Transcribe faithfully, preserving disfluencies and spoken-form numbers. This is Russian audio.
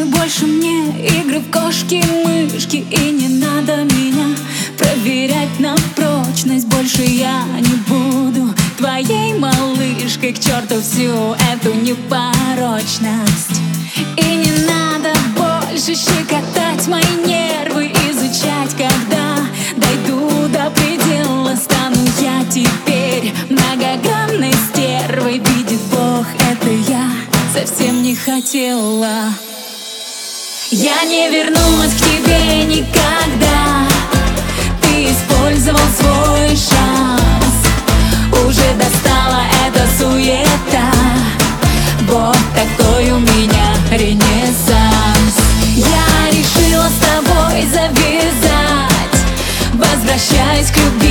больше мне игры в кошки-мышки. И не надо меня проверять на прочность. Больше я не буду твоей малышкой. К черту всю эту непорочность. И не надо больше щекотать мои нервы, изучать, когда дойду до предела. Стану я теперь многогранной стервой. Видит Бог, это я совсем не хотела. Я не вернусь к тебе никогда. Ты использовал свой шанс. Уже достала эта суета. Вот такой у меня ренессанс. Я решила с тобой завязать. Возвращаюсь к любви.